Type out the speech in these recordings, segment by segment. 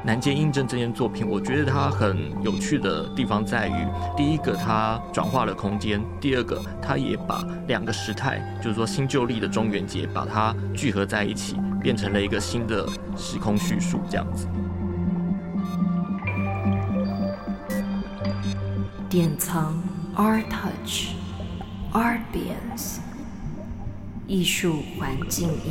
南街印证这件作品，我觉得它很有趣的地方在于，第一个它转化了空间，第二个它也把两个时态，就是说新旧历的中元节，把它聚合在一起，变成了一个新的时空叙述，这样子。 典藏 Art Touch Artbience 艺术环境音。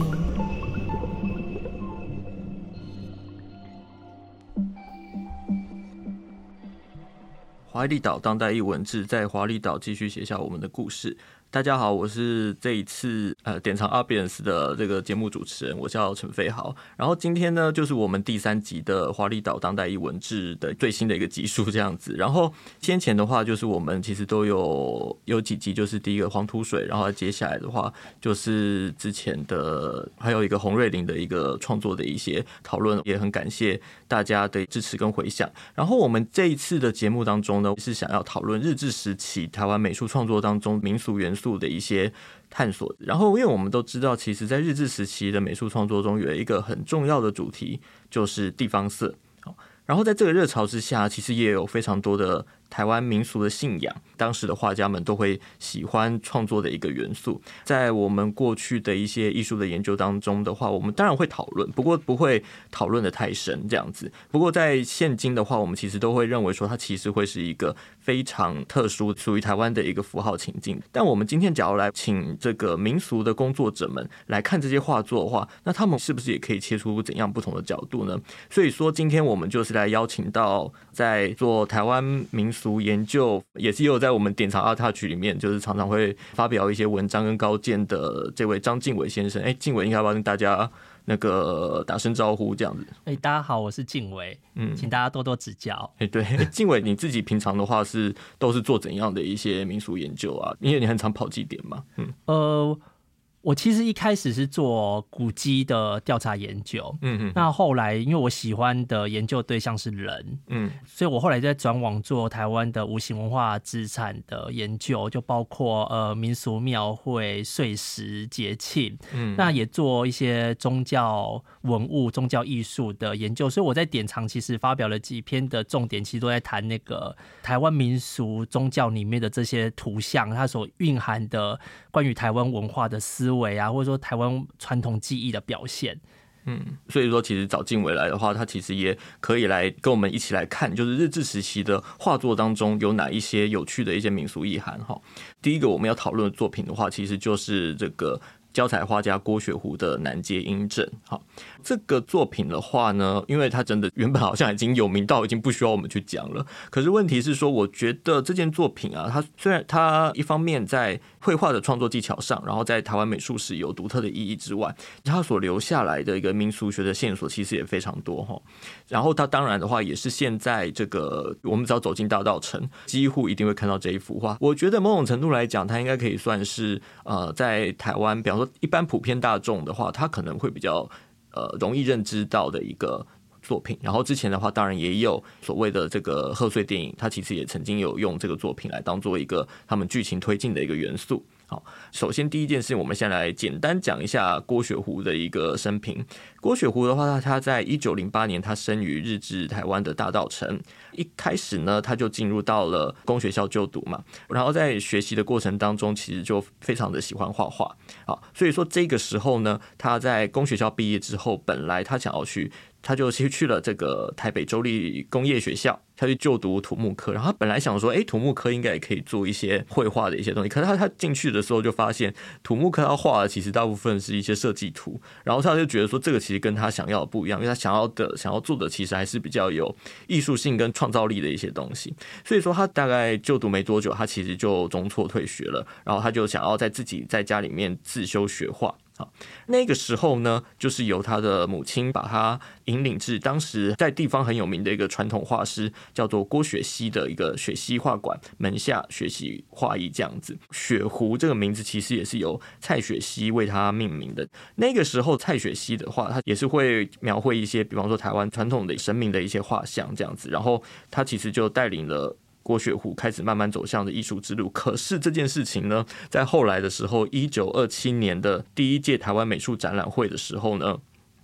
华丽岛当代艺文志在华丽岛继续写下我们的故事。大家好，我是这一次典藏 Artbience 的这个节目主持人，我叫陈飞豪。然后今天呢，就是我们第3集的华丽岛当代艺文志的最新的一个集数这样子。然后先前的话，就是我们其实都有几集，就是第一个黄土水，然后接下来的话就是之前的还有一个洪瑞麟的一个创作的一些讨论，也很感谢大家的支持跟回响。然后我们这一次的节目当中呢，是想要讨论日治时期台湾美术创作当中民俗元素的一些探索。然后因为我们都知道，其实在日治时期的美术创作中有一个很重要的主题，就是地方色。然后在这个热潮之下，其实也有非常多的台湾民俗的信仰，当时的画家们都会喜欢创作的一个元素。在我们过去的一些艺术的研究当中的话，我们当然会讨论，不过不会讨论的太深这样子。不过在现今的话，我们其实都会认为说它其实会是一个非常特殊属于台湾的一个符号情境。但我们今天假如来请这个民俗的工作者们来看这些画作的话，那他们是不是也可以切出怎样不同的角度呢？所以说今天我们就是来邀请到在做台湾民俗研究，也是有在我们典藏 Art Touch 里面，就是常常会发表一些文章跟高见的这位张敬伟先生。敬伟应该要不要跟大家那个打声招呼这样子？ 大家好，我是敬伟，请大家多多指教。 对，敬伟，你自己平常的话都是做怎样的一些民俗研究啊？因为你很常跑祭典嘛。 我其实一开始是做古迹的调查研究，那后来因为我喜欢的研究对象是人，所以我后来在转往做台湾的无形文化资产的研究，就包括民俗庙会、岁时节庆，那也做一些宗教文物、宗教艺术的研究。所以我在典藏其实发表了几篇的重点，其实都在谈那个台湾民俗宗教里面的这些图像，它所蕴含的关于台湾文化的思维啊，或者说台湾传统技艺的表现。 所以说其实找敬伟来的话，他其实也可以来跟我们一起来看，就是日治时期的画作当中有哪一些有趣的一些民俗意涵。第一个我们要讨论的作品的话，其实就是这个胶彩画家郭雪湖的南街印证。这个作品的话呢，因为它真的原本好像已经有名到已经不需要我们去讲了，可是问题是说，我觉得这件作品啊，它虽然它一方面在绘画的创作技巧上，然后在台湾美术史有独特的意义之外，它所留下来的一个民俗学的线索其实也非常多。然后它当然的话也是现在这个我们只要走进大稻埕，几乎一定会看到这一幅画。我觉得某种程度来讲，它应该可以算是在台湾，比方说一般普遍大众的话，它可能会比较容易认知到的一个作品。然后之前的话当然也有所谓的这个贺岁电影，它其实也曾经有用这个作品来当做一个他们剧情推进的一个元素。首先第一件事，我们先来简单讲一下郭雪湖的一个生平。郭雪湖的话，他在1908年，他生于日治台湾的大稻埕。一开始呢，他就进入到了公学校就读嘛，然后在学习的过程当中，其实就非常的喜欢画画。所以说这个时候呢，他在公学校毕业之后，本来他想要他就去了这个台北州立工业学校，他去就读土木科。然后他本来想说，土木科应该也可以做一些绘画的一些东西。可是他进去的时候就发现，土木科他画的其实大部分是一些设计图。然后他就觉得说，这个其实跟他想要的不一样，因为他想要做的其实还是比较有艺术性跟创造力的一些东西。所以说他大概就读没多久，他其实就中辍退学了。然后他就想要自己在家里面自修学画。那个时候呢，就是由他的母亲把他引领至当时在地方很有名的一个传统画师，叫做郭雪溪的一个雪溪画馆门下学习画艺这样子。雪湖这个名字其实也是由蔡雪溪为他命名的。那个时候蔡雪溪的话，他也是会描绘一些比方说台湾传统的神明的一些画像这样子，然后他其实就带领了郭雪湖开始慢慢走向的艺术之路。可是这件事情呢，在后来的时候，1927年的第一届台湾美术展览会的时候呢，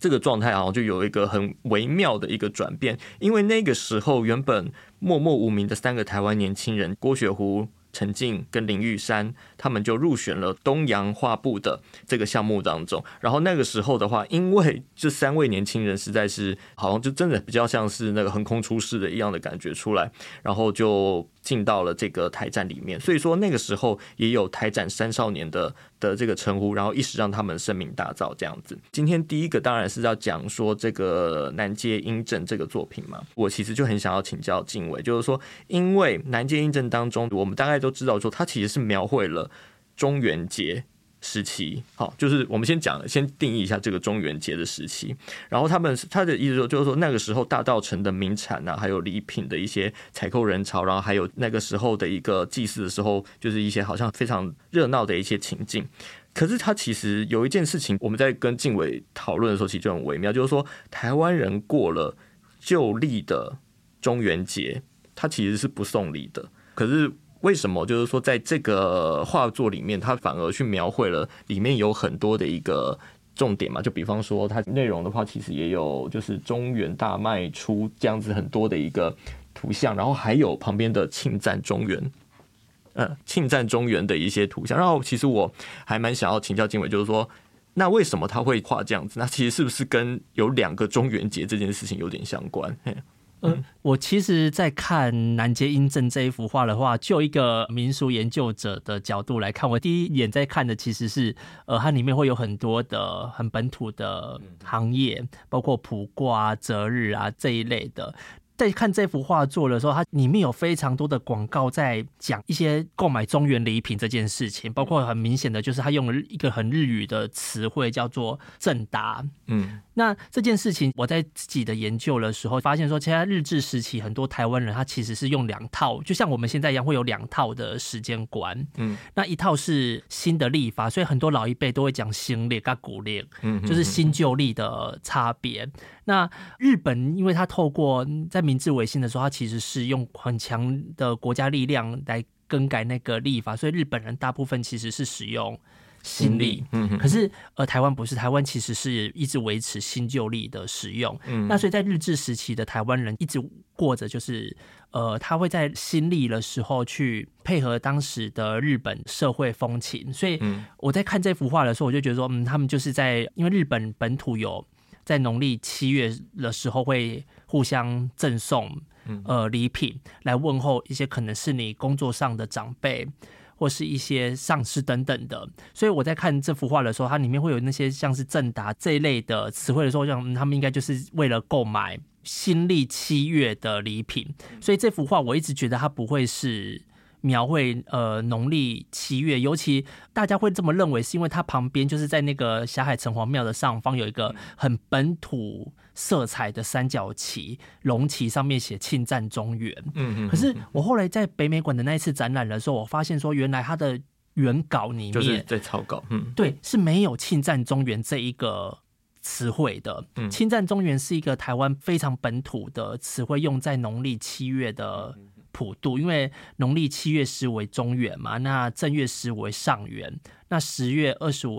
这个状态好像就有一个很微妙的一个转变，因为那个时候原本默默无名的3个台湾年轻人郭雪湖、陈静跟林玉山，他们就入选了东洋画布的这个项目当中。然后那个时候的话，因为这3位年轻人实在是好像就真的比较像是那个横空出世的一样的感觉出来，然后就进到了这个台展里面。所以说那个时候也有台展3少年的这个称呼，然后一时让他们声名大噪这样子。今天第一个当然是要讲说这个南街英正这个作品嘛，我其实就很想要请教敬伟，就是说因为南街英正当中我们大概都知道说它其实是描绘了中元节时期，好，就是我们先定义一下这个中元节的时期。然后他的意思就是说，那个时候大稻埕的名产啊，还有礼品的一些采购人潮，然后还有那个时候的一个祭祀的时候，就是一些好像非常热闹的一些情境。可是他其实有一件事情，我们在跟敬伟讨论的时候，其实就很微妙，就是说台湾人过了旧历的中元节，他其实是不送礼的。可是为什么就是说在这个画作里面他反而去描绘了里面有很多的一个重点嘛，就比方说它内容的话其实也有就是中元大卖出这样子很多的一个图像，然后还有旁边的庆赞中元的一些图像。然后其实我还蛮想要请教敬伟，就是说那为什么他会画这样子，那其实是不是跟有2个中元节这件事情有点相关？ 我其实在看南街英正这一幅画的话，就一个民俗研究者的角度来看，我第一眼在看的其实是它里面会有很多的很本土的行业，包括卜卦、择日啊这一类的。在看这幅画作的时候，它里面有非常多的广告在讲一些购买中元礼品这件事情，包括很明显的就是他用了一个很日语的词汇叫做正达。那这件事情我在自己的研究的时候发现说，其实日治时期很多台湾人他其实是用2套，就像我们现在一样会有2套的时间观。那一套是新的历法，所以很多老一辈都会讲新历跟古历，就是新旧历的差别。那日本因为他透过在明治维新的时候，他其实是用很强的国家力量来更改那个历法，所以日本人大部分其实是使用新历。可是台湾不是，台湾其实是一直维持新旧历的使用。那所以在日治时期的台湾人一直过着就是他会在新历的时候去配合当时的日本社会风情。所以我在看这幅画的时候，我就觉得说他们就是因为日本本土有在农历7月的时候会互相赠送礼品来问候一些可能是你工作上的长辈或是一些上司等等的。所以我在看这幅画的时候，它里面会有那些像是正达这一类的词汇的时候，他们应该就是为了购买新历7月的礼品。所以这幅画我一直觉得它不会是描绘农历7月，尤其大家会这么认为是因为它旁边就是在那个霞海城隍庙的上方有一个很本土色彩的三角旗，龙旗上面写庆赞中元。可是我后来在北美馆的那一次展览的时候，我发现说原来它的原稿里面就是在草稿， 对，是没有庆赞中元这一个词汇的。庆赞中元是一个台湾非常本土的词汇，用在农历7月的普渡，因为农历7月10为中元嘛，那正月10为上元，那10月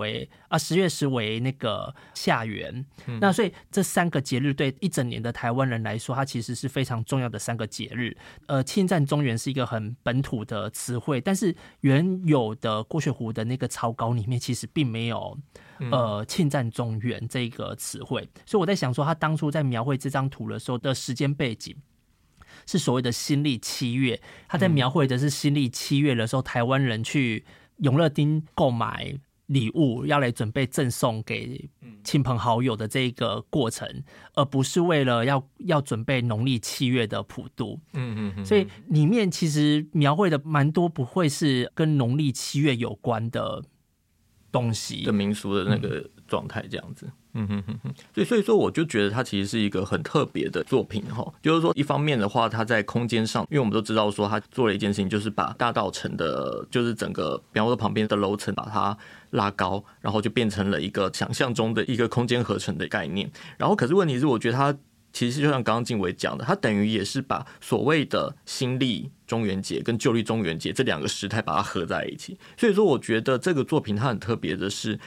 10为那个下元。那所以这3个节日对一整年的台湾人来说，它其实是非常重要的3个节日。庆赞中元是一个很本土的词汇，但是原有的郭雪湖的那个草稿里面其实并没有庆赞中元这个词汇。所以我在想说，他当初在描绘这张图的时候的时间背景是所谓的新历7月，他在描绘的是新历7月的时候，台湾人去永乐町购买礼物要来准备赠送给亲朋好友的这个过程，而不是为了要准备农历7月的普渡。所以里面其实描绘的蛮多不会是跟农历7月有关的东西的民俗的那个状态这样子。所以说我就觉得它其实是一个很特别的作品哈。就是说一方面的话，它在空间上，因为我们都知道说它做了一件事情，就是把大稻埕的就是整个比方说旁边的楼层把它拉高，然后就变成了一个想象中的一个空间合成的概念。然后可是问题是，我觉得它其实就像刚刚敬伟讲的，它等于也是把所谓的新历中元节跟旧历中元节这2个时态把它合在一起。所以说我觉得这个作品它很特别的是，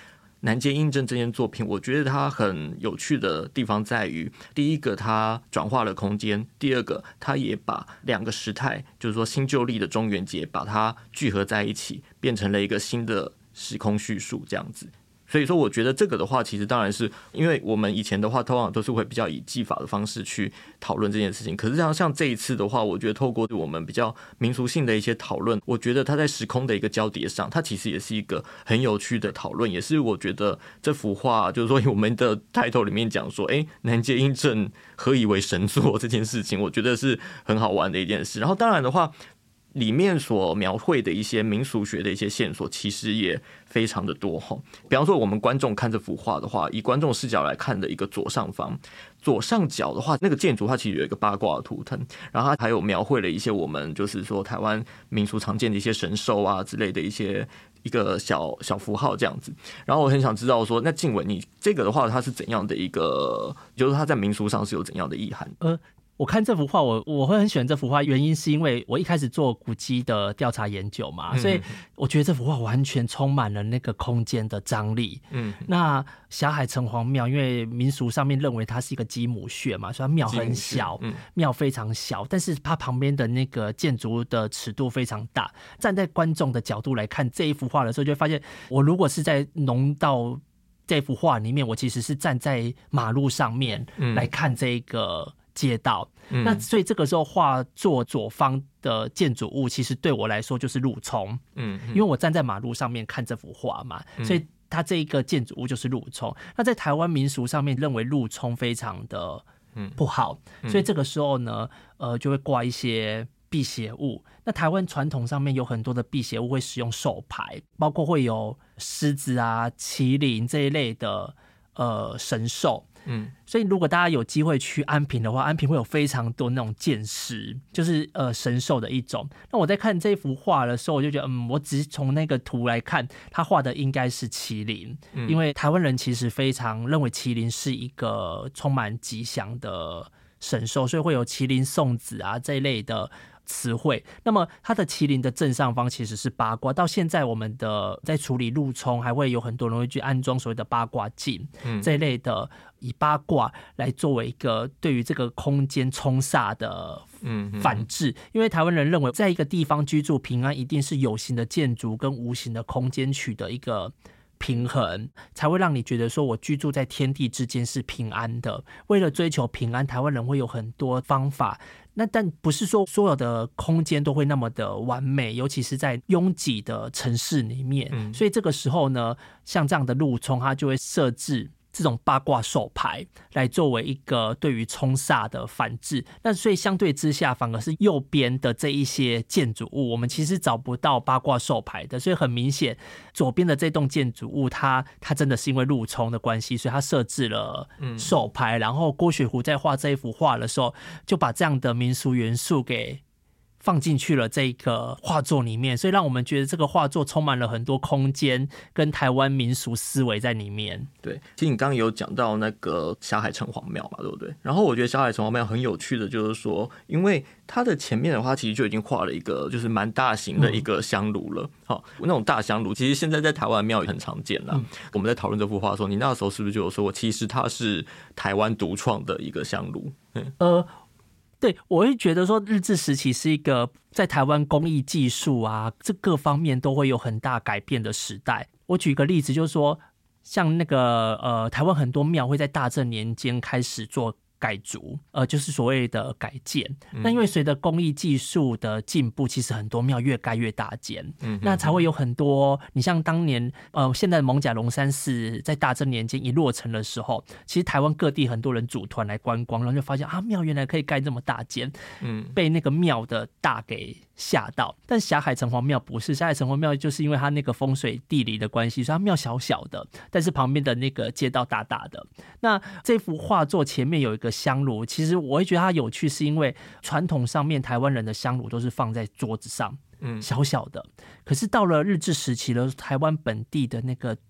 南街英正这件作品，我觉得它很有趣的地方在于，第一个它转化了空间，第二个它也把两个时态，就是说新旧历的中元节，把它聚合在一起，变成了一个新的时空叙述这样子。所以说我觉得这个的话，其实当然是因为我们以前的话通常都是会比较以技法的方式去讨论这件事情，可是像这一次的话，我觉得透过我们比较民俗性的一些讨论，我觉得它在时空的一个交叠上，它其实也是一个很有趣的讨论，也是我觉得这幅画就是说我们的 title 里面讲说南街英正何以为神作这件事情，我觉得是很好玩的一件事。然后当然的话，里面所描绘的一些民俗学的一些线索，其实也非常的多哈。比方说，我们观众看这幅画的话，以观众视角来看的一个左上方、左上角的话，那个建筑它其实有一个八卦的图腾，然后它还有描绘了一些我们就是说台湾民俗常见的一些神兽啊之类的一个小符号这样子。然后我很想知道说，那静伟你这个的话，它是怎样的一个，就是它在民俗上是有怎样的意涵？ 我看这幅画，我会很喜欢这幅画，原因是因为我一开始做古迹的调查研究嘛，所以我觉得这幅画完全充满了那个空间的张力。那霞海城隍庙，因为民俗上面认为它是一个鸡母穴嘛，所以它庙很小，庙非常小，但是它旁边的那个建筑物的尺度非常大。站在观众的角度来看这一幅画的时候，就会发现，我如果是在农道这幅画里面，我其实是站在马路上面来看这个街道，那所以这个时候画作左方的建筑物其实对我来说就是路冲，因为我站在马路上面看这幅画嘛，所以它这一个建筑物就是路冲。那在台湾民俗上面认为路冲非常的不好，所以这个时候呢，就会挂一些辟邪物。那台湾传统上面有很多的辟邪物会使用兽牌，包括会有狮子啊、麒麟这一类的神兽。所以如果大家有机会去安平的话，安平会有非常多那种剑石，就是神兽的一种。那我在看这幅画的时候，我就觉得我只是从那个图来看，他画的应该是麒麟，因为台湾人其实非常认为麒麟是一个充满吉祥的神兽，所以会有麒麟送子啊这一类的词汇。那么它的麒麟的正上方其实是八卦，到现在我们的在处理路冲，还会有很多人会去安装所谓的八卦镜，这一类的，以八卦来作为一个对于这个空间冲煞的反制。因为台湾人认为在一个地方居住平安，一定是有形的建筑跟无形的空间取得一个平衡，才会让你觉得说我居住在天地之间是平安的。为了追求平安，台湾人会有很多方法，那但不是说所有的空间都会那么的完美，尤其是在拥挤的城市里面。所以这个时候呢，像这样的路冲，它就会设置这种八卦兽牌来作为一个对于冲煞的反制。那所以相对之下，反而是右边的这一些建筑物，我们其实找不到八卦兽牌的。所以很明显，左边的这栋建筑物，它真的是因为路冲的关系，所以它设置了兽牌。然后郭雪湖在画这一幅画的时候，就把这样的民俗元素给放进去了这个画作里面，所以让我们觉得这个画作充满了很多空间跟台湾民俗思维在里面。 对，其实你刚刚有讲到那个霞海城隍庙嘛，对不对？然后我觉得霞海城隍庙很有趣的就是说，因为它的前面的话其实就已经画了一个就是蛮大型的一个香炉了。那种大香炉其实现在在台湾庙也很常见啦。我们在讨论这幅画的时候，你那时候是不是就有说其实它是台湾独创的一个香炉？ 对，我会觉得说日治时期是一个在台湾工艺技术啊这各方面都会有很大改变的时代。我举一个例子，就是说像那个台湾很多庙会在大正年间开始做改筑，就是所谓的改建。那因为随着工艺技术的进步，其实很多庙越盖越大间，那才会有很多。你像当年现在的艋舺龙山寺在大正年间一落成的时候，其实台湾各地很多人组团来观光，然后就发现庙原来可以盖这么大间，被那个庙的大给吓到。但霞海城隍庙不是，霞海城隍庙就是因为它那个风水地理的关系，所以它庙小小的，但是旁边的那个街道大大的。那这幅画作前面有一个香炉，其实我会觉得它有趣，是因为传统上面台湾人的香炉都是放在桌子上，小小的。可是到了日治时期的台湾本地的那个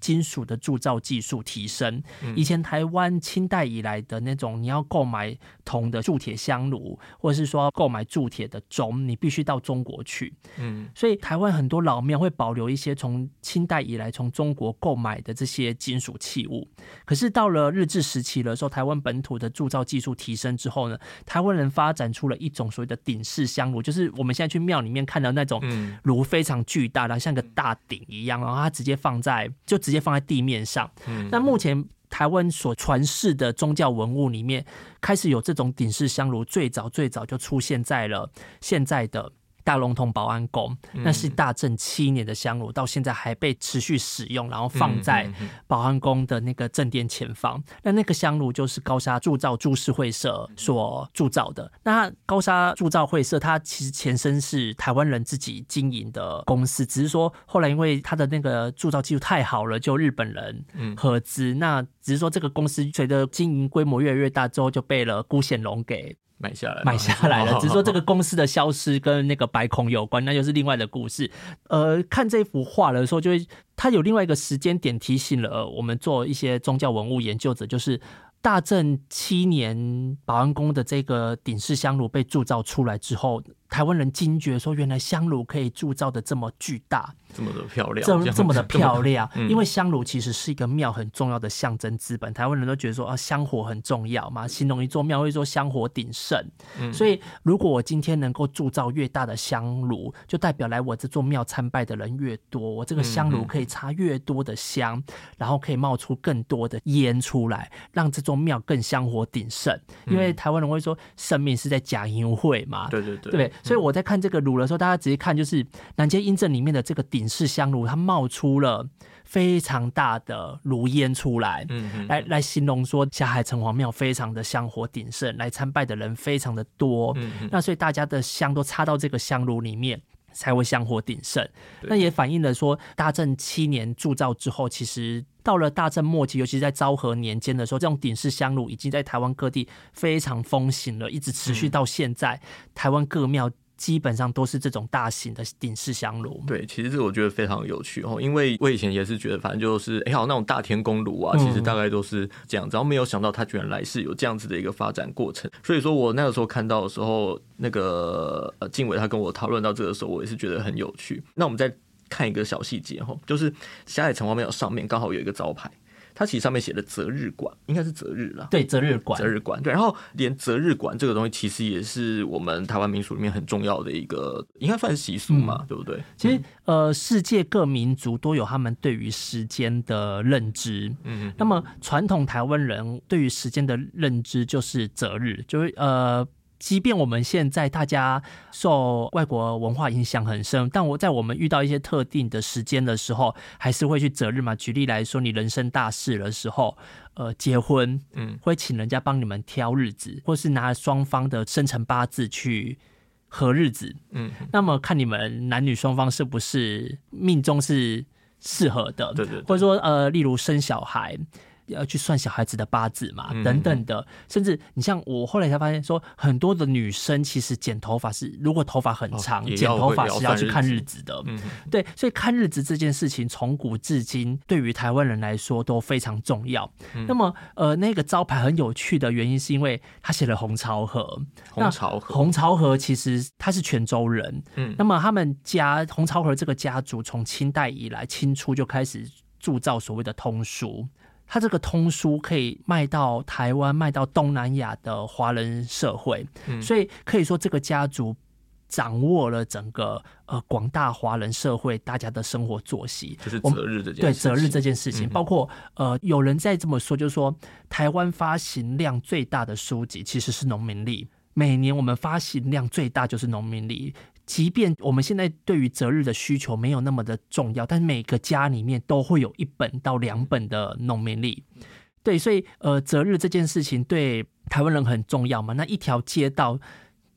金属的铸造技术提升。以前台湾清代以来的那种，你要购买铜的铸铁香炉，或者是说购买铸铁的钟，你必须到中国去。所以台湾很多老庙会保留一些从清代以来从中国购买的这些金属器物。可是到了日治时期的时候，台湾本土的铸造技术提升之后呢，台湾人发展出了一种所谓的鼎式香炉，就是我们现在去庙里面看到那种炉非常巨大的，像个大鼎一样，然后它直接放在地面上。那目前台湾所传世的宗教文物里面，开始有这种鼎式香炉，最早就出现在了现在的大龙峒保安宫，那是大正7年的香炉，到现在还被持续使用，然后放在保安宫的那个正殿前方。那个香炉就是高砂铸造株式会社所铸造的。那高砂铸造会社它其实前身是台湾人自己经营的公司，只是说后来因为它的那个铸造技术太好了，就日本人合资。那只是说这个公司随着经营规模越来越大之后，就被了辜显荣给买下来了。只是说这个公司的消失跟那个白孔有关，那就是另外的故事。看这幅画的时候，就会它有另外一个时间点提醒了我们做一些宗教文物研究者，就是大正7年保安宫的这个鼎式香炉被铸造出来之后，台湾人惊觉说，原来香炉可以铸造的这么巨大， 这么的漂亮， 这么的漂亮。因为香炉其实是一个庙很重要的象征资本，台湾人都觉得说香火很重要嘛，形容一座庙会说香火鼎盛。所以如果我今天能够铸造越大的香炉，就代表来我这座庙参拜的人越多，我这个香炉可以插越多的香，然后可以冒出更多的烟出来，让这座庙更香火鼎盛。因为台湾人会说神明是在假淫会嘛，对，所以我在看这个炉的时候，大家直接看就是南街阴镇里面的这个鼎式香炉，它冒出了非常大的炉烟出来，来形容说霞海城隍庙非常的香火鼎盛，来参拜的人非常的多，那所以大家的香都插到这个香炉里面，才会香火鼎盛。那也反映了说大正7年铸造之后，其实到了大正末期，尤其是在昭和年间的时候，这种鼎式香炉已经在台湾各地非常风行了，一直持续到现在，台湾各庙基本上都是这种大型的鼎式香炉。 对，其实这个我觉得非常有趣因为我以前也是觉得反正就是好那种大天宫炉啊，其实大概都是这样子，然后没有想到它原来是有这样子的一个发展过程。所以说我那个时候看到的时候，那个静伟他跟我讨论到这个时候，我也是觉得很有趣。那我们再看一个小细节就是霞海城隍庙上面刚好有一个招牌，它其实上面写的择日馆，应该是择日啦。 对，择日馆， 对。然后连择日馆这个东西，其实也是我们台湾民俗里面很重要的一个，应该算是习俗嘛，对不对？ 其实世界各民族都有他们对于时间的认知。那么传统台湾人对于时间的认知就是择日，就是即便我们现在大家受外国文化影响很深，但在我们遇到一些特定的时间的时候，还是会去择日嘛。举例来说，你人生大事的时候，结婚，会请人家帮你们挑日子，或是拿双方的生辰八字去合日子。那么看你们男女双方是不是命中是适合的，对，或者说例如生小孩。要去算小孩子的八字嘛，等等的，甚至你像我后来才发现说，很多的女生其实剪头发是，如果头发很长，剪头发是要去看日子的。对，所以看日子这件事情从古至今对于台湾人来说都非常重要。那么那个招牌很有趣的原因是因为他写了红潮河，红潮河其实他是泉州人，那么他们家红潮河这个家族从清代以来清初就开始铸造所谓的通书。他这个通书可以卖到台湾，卖到东南亚的华人社会，所以可以说这个家族掌握了整个广大华人社会大家的生活作息， 就是择日这件事情。 对，择日这件事情，包括有人在这么说，就是说台湾发行量最大的书籍其实是农民历，每年我们发行量最大就是农民历。即便我们现在对于择日的需求没有那么的重要，但每个家里面都会有1本到2本的农民历。对，所以择日这件事情对台湾人很重要嘛。那一条街道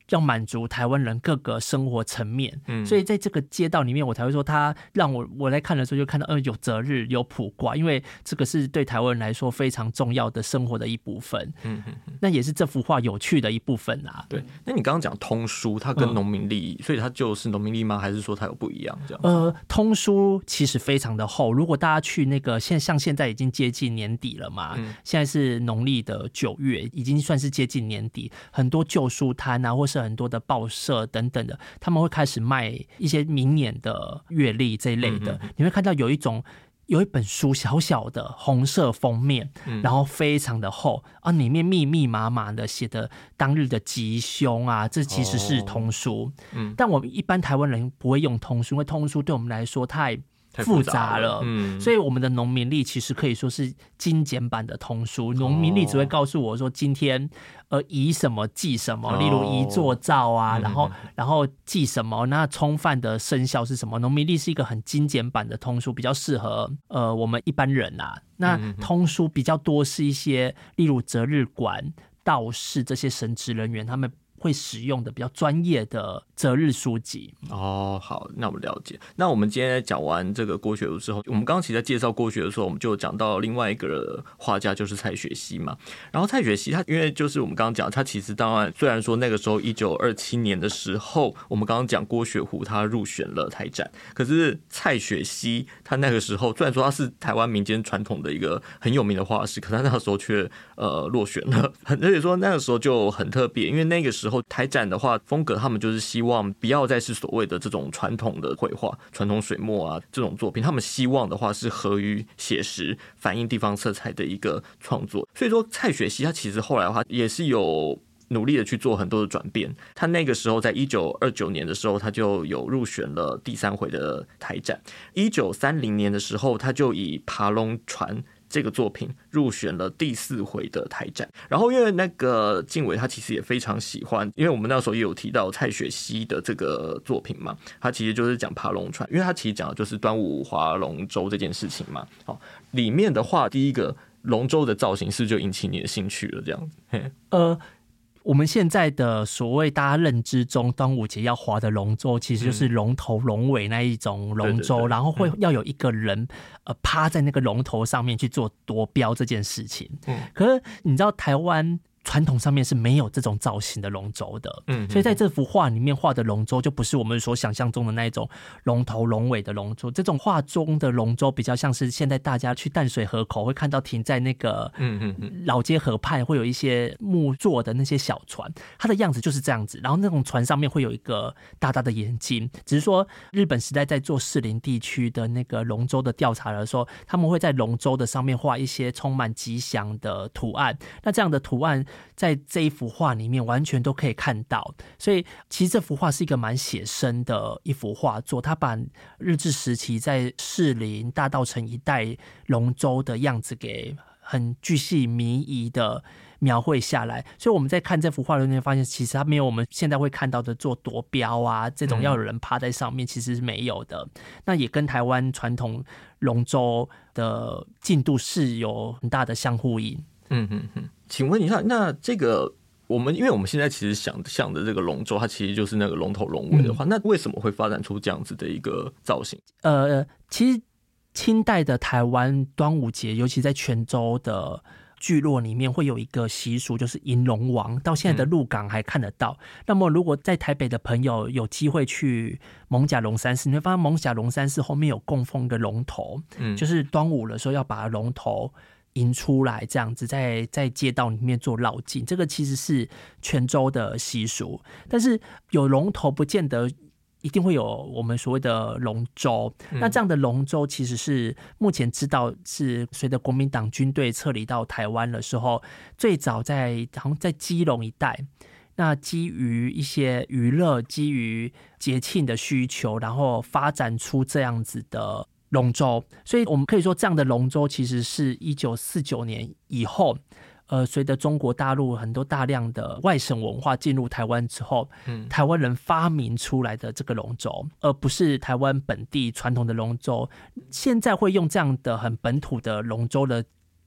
要满足台湾人各个生活层面，所以在这个街道里面，我才会说他让我来看的时候就看到有择日有卜卦，因为这个是对台湾人来说非常重要的生活的一部分，那也是这幅画有趣的一部分啊。 对，那你刚刚讲通书，它跟农民历，所以它就是农民历吗？还是说它有不一样这样？ 通书其实非常的厚，如果大家去那个像现在已经接近年底了嘛，现在是农历的9月，已经算是接近年底，很多旧书摊啊，或是很多的报社等等的，他们会开始卖一些明年的月历这一类的，你会看到有一本书小小的红色封面，然后非常的厚啊，里面密密麻麻的写的当日的吉凶啊，这其实是通书。但我们一般台湾人不会用通书，因为通书对我们来说太复杂了，所以我们的农民历其实可以说是精简版的通书。农民历只会告诉我说今天宜什么忌什么，例如宜做灶啊，然后忌什么，那冲犯的生肖是什么。农民历是一个很精简版的通书，比较适合我们一般人啊。那通书比较多是一些例如择日馆、道士这些神职人员他们会使用的比较专业的择日书籍。 好，那我们了解。那我们今天讲完这个郭雪如之后，我们刚刚其实在介绍郭雪如的时候，我们就讲到另外一个画家就是蔡雪西嘛。然后蔡雪西他因为就是我们刚刚讲，他其实当然虽然说那个时候1927年的时候，我们刚刚讲郭雪湖他入选了台展，可是蔡雪西他那个时候虽然说他是台湾民间传统的一个很有名的画师，可他那个时候却落选了，而且说那个时候就很特别，因为那个时候台展的话风格他们就是希望不要再是所谓的这种传统的绘画、传统水墨啊这种作品，他们希望的话是合于写实、反映地方色彩的一个创作。所以说蔡雪西他其实后来的话也是有努力的去做很多的转变。他那个时候在1929年的时候，他就有入选了第3回的台展。1930年的时候，他就以爬龙船这个作品入选了第4回的台展。然后因为那个靖伟他其实也非常喜欢，因为我们那时候也有提到蔡雪西的这个作品嘛，他其实就是讲爬龙船，因为他其实讲的就是端午划龙舟这件事情嘛。好，里面的话第一个龙舟的造型是不是就引起你的兴趣了这样子？ 我们现在的所谓大家认知中端午节要划的龙舟，其实就是龙头龙尾那一种龙舟，然后会要有一个人趴在那个龙头上面去做夺标这件事情。可是你知道台湾传统上面是没有这种造型的龙舟的，所以在这幅画里面画的龙舟就不是我们所想象中的那一种龙头龙尾的龙舟。这种画中的龙舟比较像是现在大家去淡水河口会看到停在那个老街河畔会有一些木做的那些小船，它的样子就是这样子。然后那种船上面会有一个大大的眼睛，只是说日本时代在做士林地区的那个龙舟的调查的时候，他们会在龙舟的上面画一些充满吉祥的图案。那这样的图案在这一幅画里面完全都可以看到，所以其实这幅画是一个蛮写生的一幅画作，他把日治时期在士林大稻埕一带龙舟的样子给很巨细靡遗的描绘下来。所以我们在看这幅画的时候发现，其实它没有我们现在会看到的做夺标啊这种要有人趴在上面，其实是没有的。那也跟台湾传统龙舟的进度是有很大的相呼应。 请问一下，那这个因为我们现在其实想的这个龙舟，它其实就是那个龙头龙尾的话，那为什么会发展出这样子的一个造型？ 其实清代的台湾端午节，尤其在泉州的聚落里面会有一个习俗，就是迎龙王，到现在的鹿港还看得到。那么如果在台北的朋友有机会去艋舺龙山寺，你会发现艋舺龙山寺后面有供奉一个龙头，就是端午的时候要把龙头迎出来，这样子在街道里面做绕境，这个其实是泉州的习俗。但是有龙头不见得一定会有我们所谓的龙舟，那这样的龙舟其实是目前知道是随着国民党军队撤离到台湾的时候，最早好像在基隆一带，那基于一些娱乐、基于节庆的需求，然后发展出这样子的龙舟。所以我们可以说这样的龙舟其实是1949年以后随着中国大陆很多大量的外省文化进入台湾之后，台湾人发明出来的这个龙舟，而不是台湾本地传统的龙舟。现在会用这样的很本土的龙舟的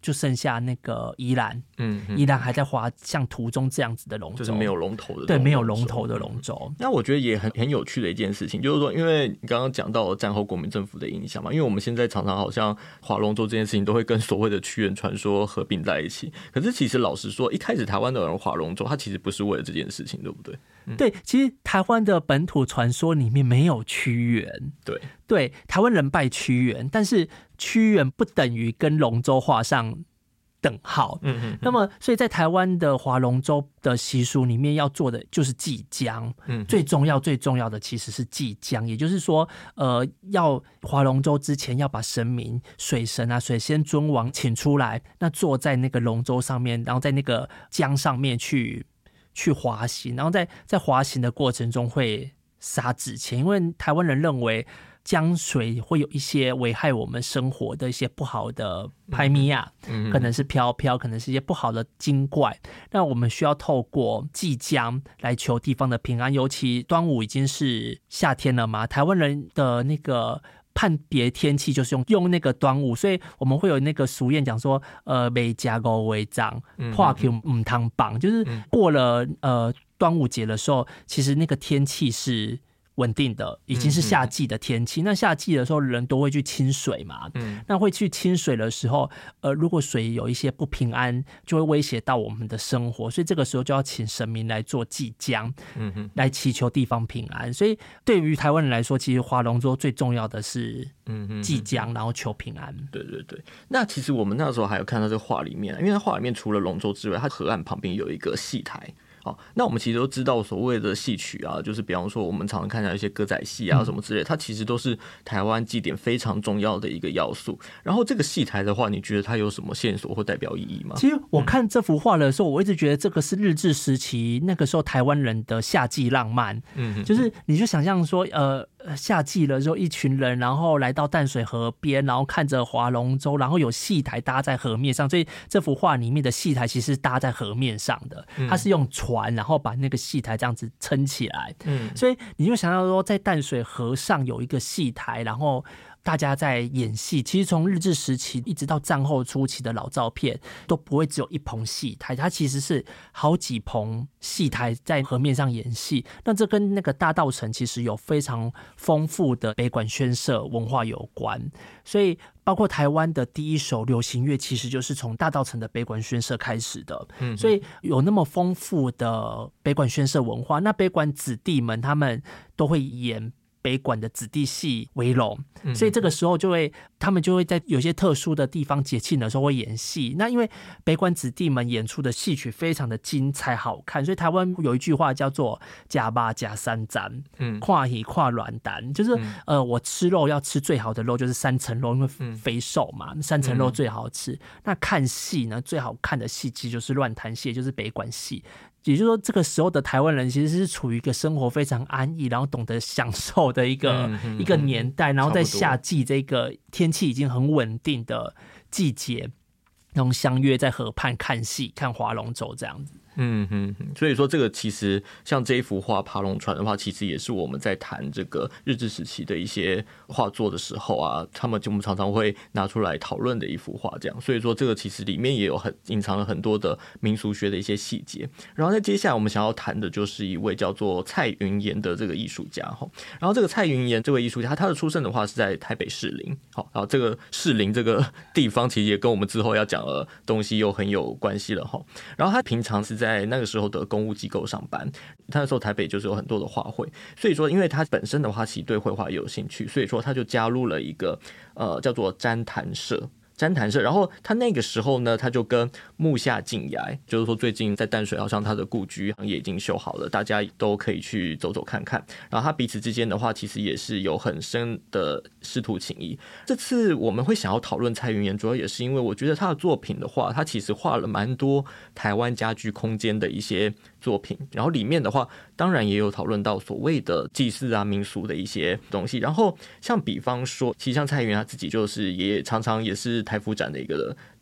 就剩下那个宜兰，宜兰还在画像图中这样子的龙舟， 就是没有龙头的， 对，没有龙头的龙舟。 那我觉得也很有趣的一件事情，就是说，因为你刚刚讲到了战后国民政府的影响嘛，因为我们现在常常好像划龙舟这件事情都会跟所谓的屈原传说合并在一起，可是其实老实说，一开始台湾的人划龙舟，他其实不是为了这件事情，对不对？ 对，其实台湾的本土传说里面没有屈原，对，台湾人拜屈原，但是屈原不等于跟龙舟画上等号。那么所以在台湾的划龙舟的习俗里面要做的就是祭江，最重要的其实是祭江，也就是说要划龙舟之前要把神明水神啊水仙尊王请出来，那坐在那个龙舟上面，然后在那个江上面去滑行，然后在滑行的过程中会撒纸钱，因为台湾人认为江水会有一些危害我们生活的一些不好的排咪啊，可能是飘飘，可能是一些不好的精怪，那我们需要透过祭江来求地方的平安。尤其端午已经是夏天了嘛，台湾人的那个判别天气就是用那个端午，所以我们会有那个俗谚讲说每家五为涨破球唔汤绑，就是过了端午节的时候，其实那个天气是稳定的，已经是夏季的天气。那夏季的时候人都会去清水嘛，那会去清水的时候如果水有一些不平安，就会威胁到我们的生活，所以这个时候就要请神明来做祭江，来祈求地方平安。所以对于台湾人来说，其实划龙舟最重要的是祭江，然后求平安。 对，那其实我们那时候还有看到这个画里面，因为它画里面除了龙舟之外，它河岸旁边有一个戏台。好，那我们其实都知道所谓的戏曲啊，就是比方说我们常常看到一些歌仔戏啊什么之类的，它其实都是台湾祭典非常重要的一个要素。然后这个戏台的话，你觉得它有什么线索或代表意义吗？ 其实我看这幅画的时候，我一直觉得这个是日治时期那个时候台湾人的夏季浪漫。就是你就想象说夏季了之后，一群人然后来到淡水河边，然后看着划龙舟，然后有戏台搭在河面上，所以这幅画里面的戏台其实是搭在河面上的，它是用船然后把那个戏台这样子撑起来。所以你就想到说在淡水河上有一个戏台，然后大家在演戏。其实从日治时期一直到战后初期的老照片都不会只有一棚戏台，它其实是好几棚戏台在河面上演戏。那这跟那个大稻埕其实有非常丰富的北管宣社文化有关，所以包括台湾的第一首流行乐其实就是从大稻埕的北管宣社开始的。所以有那么丰富的北管宣社文化，那北管子弟们他们都会演北管的子弟戏为荣，所以这个时候他们就会在有些特殊的地方节庆的时候会演戏。那因为北管子弟们演出的戏曲非常的精彩好看，所以台湾有一句话叫做假巴假三斩，跨鱼跨软蛋，就是我吃肉要吃最好的肉，就是三层肉，因为肥瘦嘛，三层肉最好吃。那看戏呢，最好看的戏其实就是乱弹戏，就是北管戏。也就是说，这个时候的台湾人其实是处于一个生活非常安逸，然后懂得享受的一个年代，然后在夏季这个天气已经很稳定的季节，然后相约在河畔看戏、看划龙舟这样子。 所以说这个其实像这一幅画《爬龙船》的话，其实也是我们在谈这个日治时期的一些画作的时候啊，我们常常会拿出来讨论的一幅画这样。所以说这个其实里面也有隐藏了很多的民俗学的一些细节。然后在接下来我们想要谈的就是一位叫做蔡云岩的这个艺术家。然后这个蔡云岩这位艺术家，他的出生的话是在台北士林。好，然后这个士林这个地方其实也跟我们之后要讲的东西又很有关系了。然后他平常是在那个时候的公务机构上班，他那时候台北就是有很多的画会，所以说因为他本身的话其实对绘画也有兴趣，所以说他就加入了一个叫做詹坛社。然后他那个时候呢，他就跟木下静崖，就是说最近在淡水好像他的故居也已经修好了，大家都可以去走走看看。然后他彼此之间的话，其实也是有很深的师徒情谊。这次我们会想要讨论蔡云岩，主要也是因为我觉得他的作品的话，他其实画了蛮多台湾家居空间的一些作品，然后里面的话当然也有讨论到所谓的祭祀啊民俗的一些东西。然后像比方说，其实像蔡云岩他自己就是也常常也是台福展的一个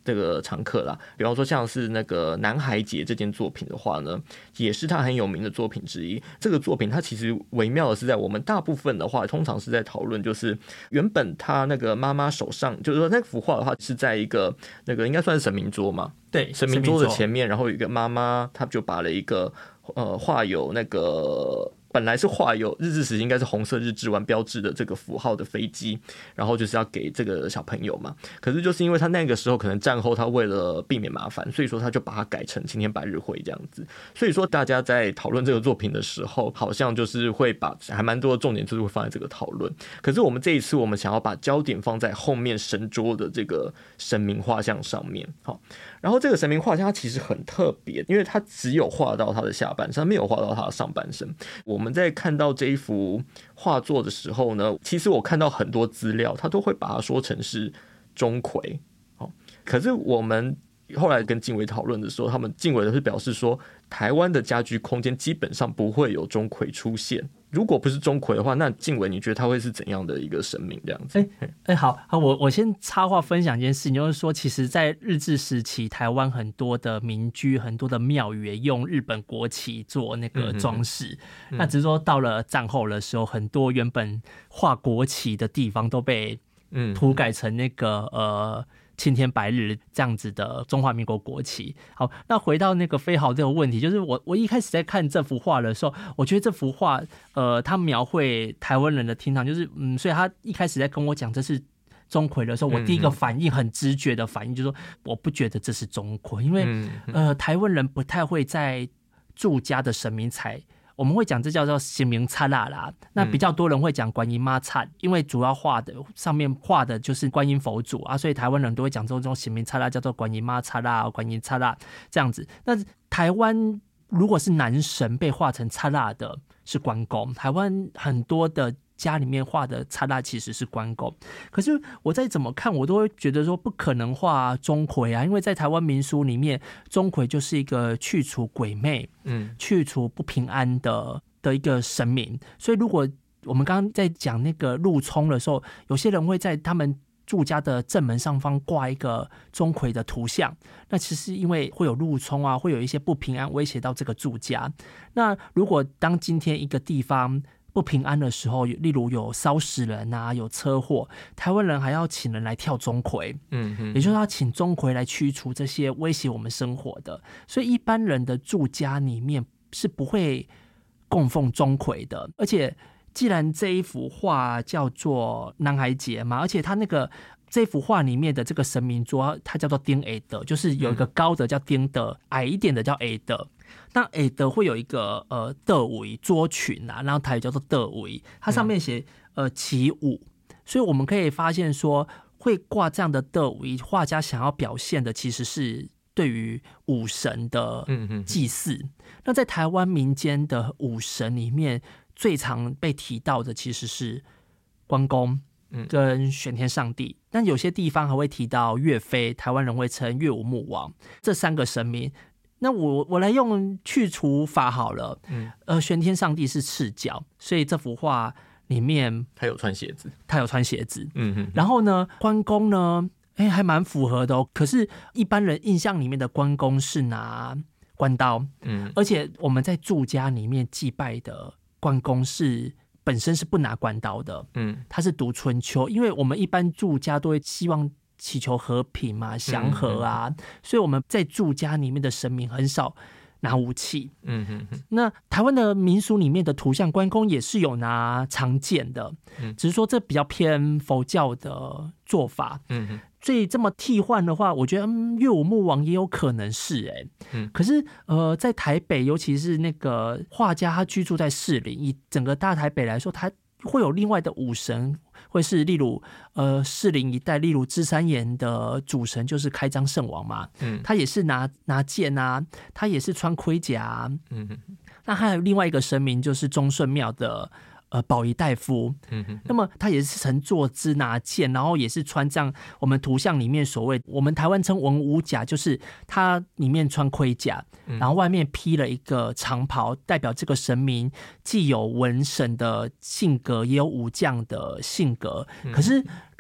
这个常客啦。比方说像是那个南海节这件作品的话呢，也是他很有名的作品之一。这个作品它其实微妙的是在我们大部分的话通常是在讨论，就是原本他那个妈妈手上，就是说那幅画的话是在一个那个应该算是神明桌嘛， 对， 神明桌的前面，然后有一个妈妈，她就把了一个画有那个本来是画有日治时期应该是红色日治丸标志的这个符号的飞机，然后就是要给这个小朋友嘛。可是就是因为他那个时候可能战后他为了避免麻烦，所以说他就把它改成青天白日会这样子。所以说大家在讨论这个作品的时候，好像就是会把还蛮多的重点就是会放在这个讨论。可是我们这一次我们想要把焦点放在后面神桌的这个神明画像上面。好，然后这个神明画像它其实很特别，因为它只有画到他的下半身，没有画到他的上半身。我们在看到这一幅画作的时候呢，其实我看到很多资料，他都会把它说成是钟馗。可是我们后来跟静伟讨论的时候，他们静伟的是表示说，台湾的家居空间基本上不会有钟馗出现。如果不是钟馗的话，那静伟你觉得他会是怎样的一个神明这样子？ 好，我先插话分享一件事情，就是说，其实，在日治时期，台湾很多的民居、很多的庙宇也用日本国旗做那个装饰。那只是说，到了战后的时候，很多原本画国旗的地方都被涂改成那个青天白日这样子的中华民国国旗。好，那回到那个飞豪这个问题，就是我一开始在看这幅画的时候，我觉得这幅画他描绘台湾人的厅堂，就是所以他一开始在跟我讲这是钟馗的时候，我第一个反应很直觉的反应就是说，我不觉得这是钟馗，因为台湾人不太会在住家的神明彩。我们会讲这叫做神明擦蜡啦，那比较多人会讲观音妈擦，因为主要画的上面画的就是观音佛祖啊，所以台湾人都会讲这种神明擦蜡叫做观音妈擦蜡、观音擦蜡这样子。那台湾如果是男神被画成擦蜡的是关公，台湾很多的家里面画的擦蜡其实是关公，可是我再怎么看我都会觉得说不可能画钟馗啊，因为在台湾民俗里面，钟馗就是一个去除鬼魅、去除不平安的一个神明，所以如果我们刚刚在讲那个路冲的时候，有些人会在他们住家的正门上方挂一个钟馗的图像，那其实因为会有路冲啊，会有一些不平安威胁到这个住家。那如果当今天一个地方不平安的时候，例如有烧死人啊，有车祸，台湾人还要请人来跳钟馗，也就是要请钟馗来驱除这些威胁我们生活的。所以一般人的住家里面是不会供奉钟馗的。而且既然这一幅画叫做南海节嘛，而且它那个这幅画里面的这个神明桌，它叫做丁 A 的，就是有一个高的叫丁的，矮一点的叫 A 的。那 A 的会有一个德位桌群啊，然后台语叫做德位，它上面写起舞，所以我们可以发现说，会挂这样的德位，画家想要表现的其实是对于武神的祭祀。那在台湾民间的武神里面，最常被提到的其实是关公跟玄天上帝，但有些地方还会提到岳飞，台湾人会称岳武穆王，这三个神明。那我来用去除法好了，玄天上帝是赤脚，所以这幅画里面他有穿鞋子， 然后呢，关公呢，还蛮符合的哦。可是一般人印象里面的关公是拿关刀，而且我们在住家里面祭拜的关公本身是不拿关刀的，他是读春秋，因为我们一般住家都会希望祈求和平嘛，祥和啊，所以我们在住家里面的神明很少拿武器。那台湾的民俗里面的图像，关公也是有拿长剑的，只是说这比较偏佛教的做法。所以这么替换的话，我觉得岳武穆王也有可能是可是在台北，尤其是那个画家他居住在士林，以整个大台北来说，他会有另外的武神，会是例如士林一带，例如芝山岩的主神就是开漳圣王嘛，他也是拿剑啊，他也是穿盔甲啊，那还有另外一个神明就是忠顺庙的保仪大夫，那么他也是乘坐姿拿剑，然后也是穿这样我们图像里面所谓我们台湾称文武甲，就是他里面穿盔甲，然后外面披了一个长袍，代表这个神明既有文神的性格，也有武将的性格。可是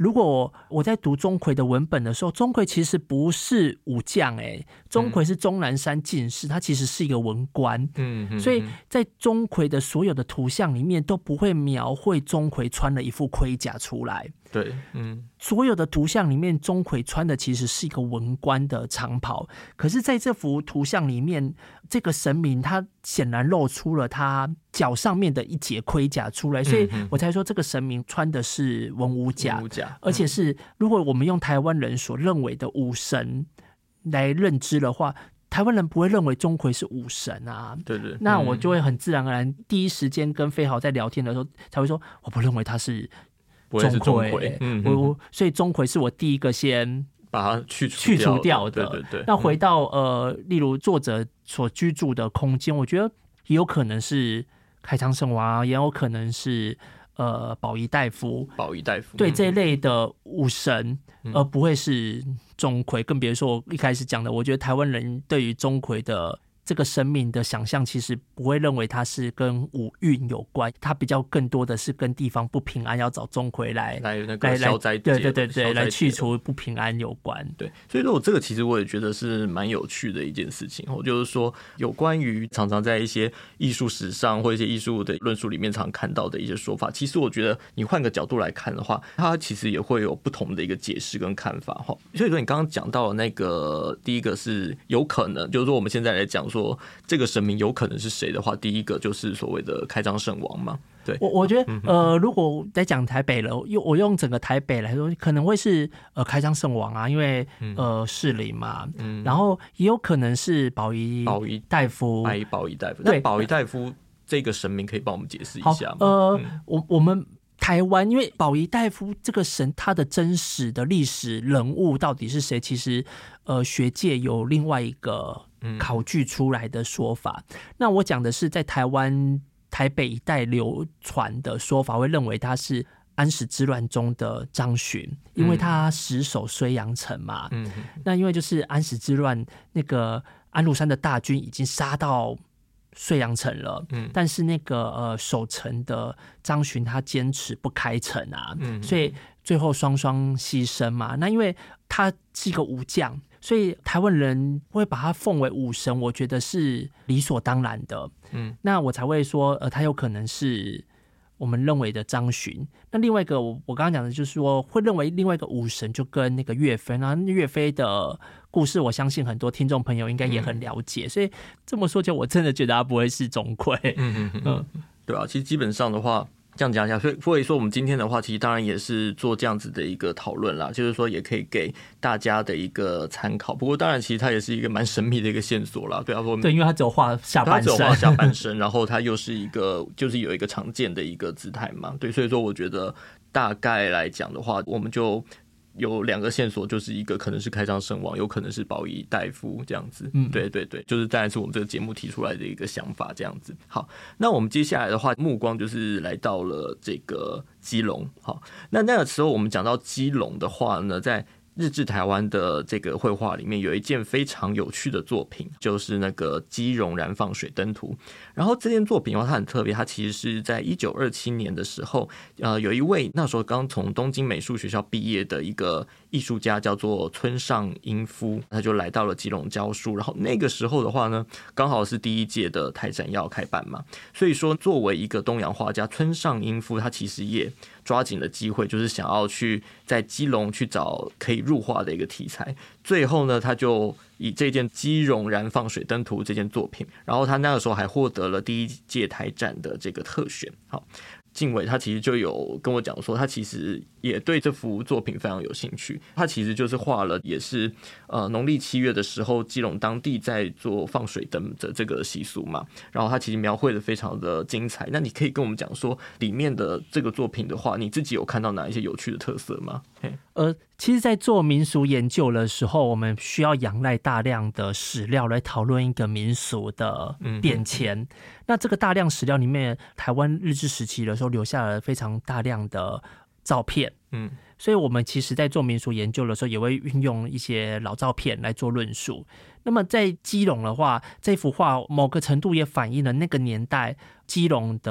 如果我在读钟馗的文本的时候，钟馗其实不是武将钟馗是终南山进士，他其实是一个文官。所以在钟馗的所有的图像里面都不会描绘钟馗穿了一副盔甲出来。 对， 所有的图像里面，钟馗穿的其实是一个文官的长袍，可是在这幅图像里面，这个神明他显然露出了他脚上面的一截盔甲出来，所以我才说这个神明穿的是文武甲，而且是如果我们用台湾人所认为的武神来认知的话，台湾人不会认为钟馗是武神啊。 对对， 那我就会很自然而然第一时间跟飞豪在聊天的时候才会说，我不认为他是钟馗，所以钟馗是我第一个先把它去除掉的。 对对对。 那回到例如作者所居住的空间，我觉得也有可能是开仓圣王，也有可能是保仪大夫，对这一类的武神，而不会是钟馗。更别说我一开始讲的，我觉得台湾人对于钟馗的这个神明的想象，其实不会认为它是跟武运有关，它比较更多的是跟地方不平安，要找钟馗来那个消灾解， 对，来去除不平安有关。 对，所以说我这个其实我也觉得是蛮有趣的一件事情，就是说有关于常常在一些艺术史上或一些艺术的论述里面常看到的一些说法，其实我觉得你换个角度来看的话，它其实也会有不同的一个解释跟看法。所以说你刚刚讲到的那个第一个是有可能，就是说我们现在来讲说这个神明有可能是谁的话，第一个就是所谓的开漳圣王嘛。对， 我觉得如果在讲台北了，我用整个台北来说，可能会是开漳圣王啊，因为士林嘛，然后也有可能是保仪大夫。 保仪大夫，那保仪大夫这个神明可以帮我们解释一下吗？ 我们台湾因为保仪大夫这个神，他的真实的历史人物到底是谁？其实学界有另外一个考据出来的说法。那我讲的是在台湾台北一带流传的说法，会认为他是安史之乱中的张巡，因为他死守睢阳城嘛。那因为就是安史之乱，那个安禄山的大军已经杀到睢阳城了，但是那个守城的张巡他坚持不开城啊，所以最后双双牺牲嘛。那因为他是一个武将，所以台湾人会把他奉为武神，我觉得是理所当然的。那我才会说他有可能是我们认为的张巡。那另外一个我刚刚讲的就是说，会认为另外一个武神就跟那个岳飞，那岳飞的故事我相信很多听众朋友应该也很了解，所以这么说就我真的觉得他不会是钟馗。 对啊，其实基本上的话这样讲一下，所以说我们今天的话其实当然也是做这样子的一个讨论啦，就是说也可以给大家的一个参考。不过当然其实它也是一个蛮神秘的一个线索啦，对啊， 对，因为它只有画下半身， 它只有画下半身然后它又是一个就是有一个常见的一个姿态嘛，对，所以说我觉得大概来讲的话，我们就有两个线索，就是一个可能是开漳圣王，有可能是保仪大夫这样子。对对对，就是当然是我们这个节目提出来的一个想法这样子。好，那我们接下来的话，目光就是来到了这个基隆。好，那个时候我们讲到基隆的话呢，在日治台湾的这个绘画里面有一件非常有趣的作品，就是那个基隆燃放水灯图。然后这件作品的话，它很特别，它其实是在1927年的时候，有一位那时候刚从东京美术学校毕业的一个艺术家叫做村上英夫，他就来到了基隆教书。然后那个时候的话呢，刚好是第一届的台展要开办嘛，所以说作为一个东洋画家，村上英夫他其实也抓紧了机会，就是想要去在基隆去找可以入画的一个题材。最后呢，他就以这件基隆燃放水灯图这件作品，然后他那个时候还获得了第一届台展的这个特选。好，静伟他其实就有跟我讲说，他其实也对这幅作品非常有兴趣。他其实就是画了，也是农历7月的时候，基隆当地在做放水灯的这个习俗嘛。然后他其实描绘的非常的精彩。那你可以跟我们讲说，里面的这个作品的话，你自己有看到哪一些有趣的特色吗？ 其实在做民俗研究的时候，我们需要仰赖大量的史料来讨论一个民俗的变迁。那这个大量史料里面，台湾日治时期的时候留下了非常大量的照片。所以我们其实在做民俗研究的时候，也会运用一些老照片来做论述。那么在基隆的话，这幅画某个程度也反映了那个年代基隆的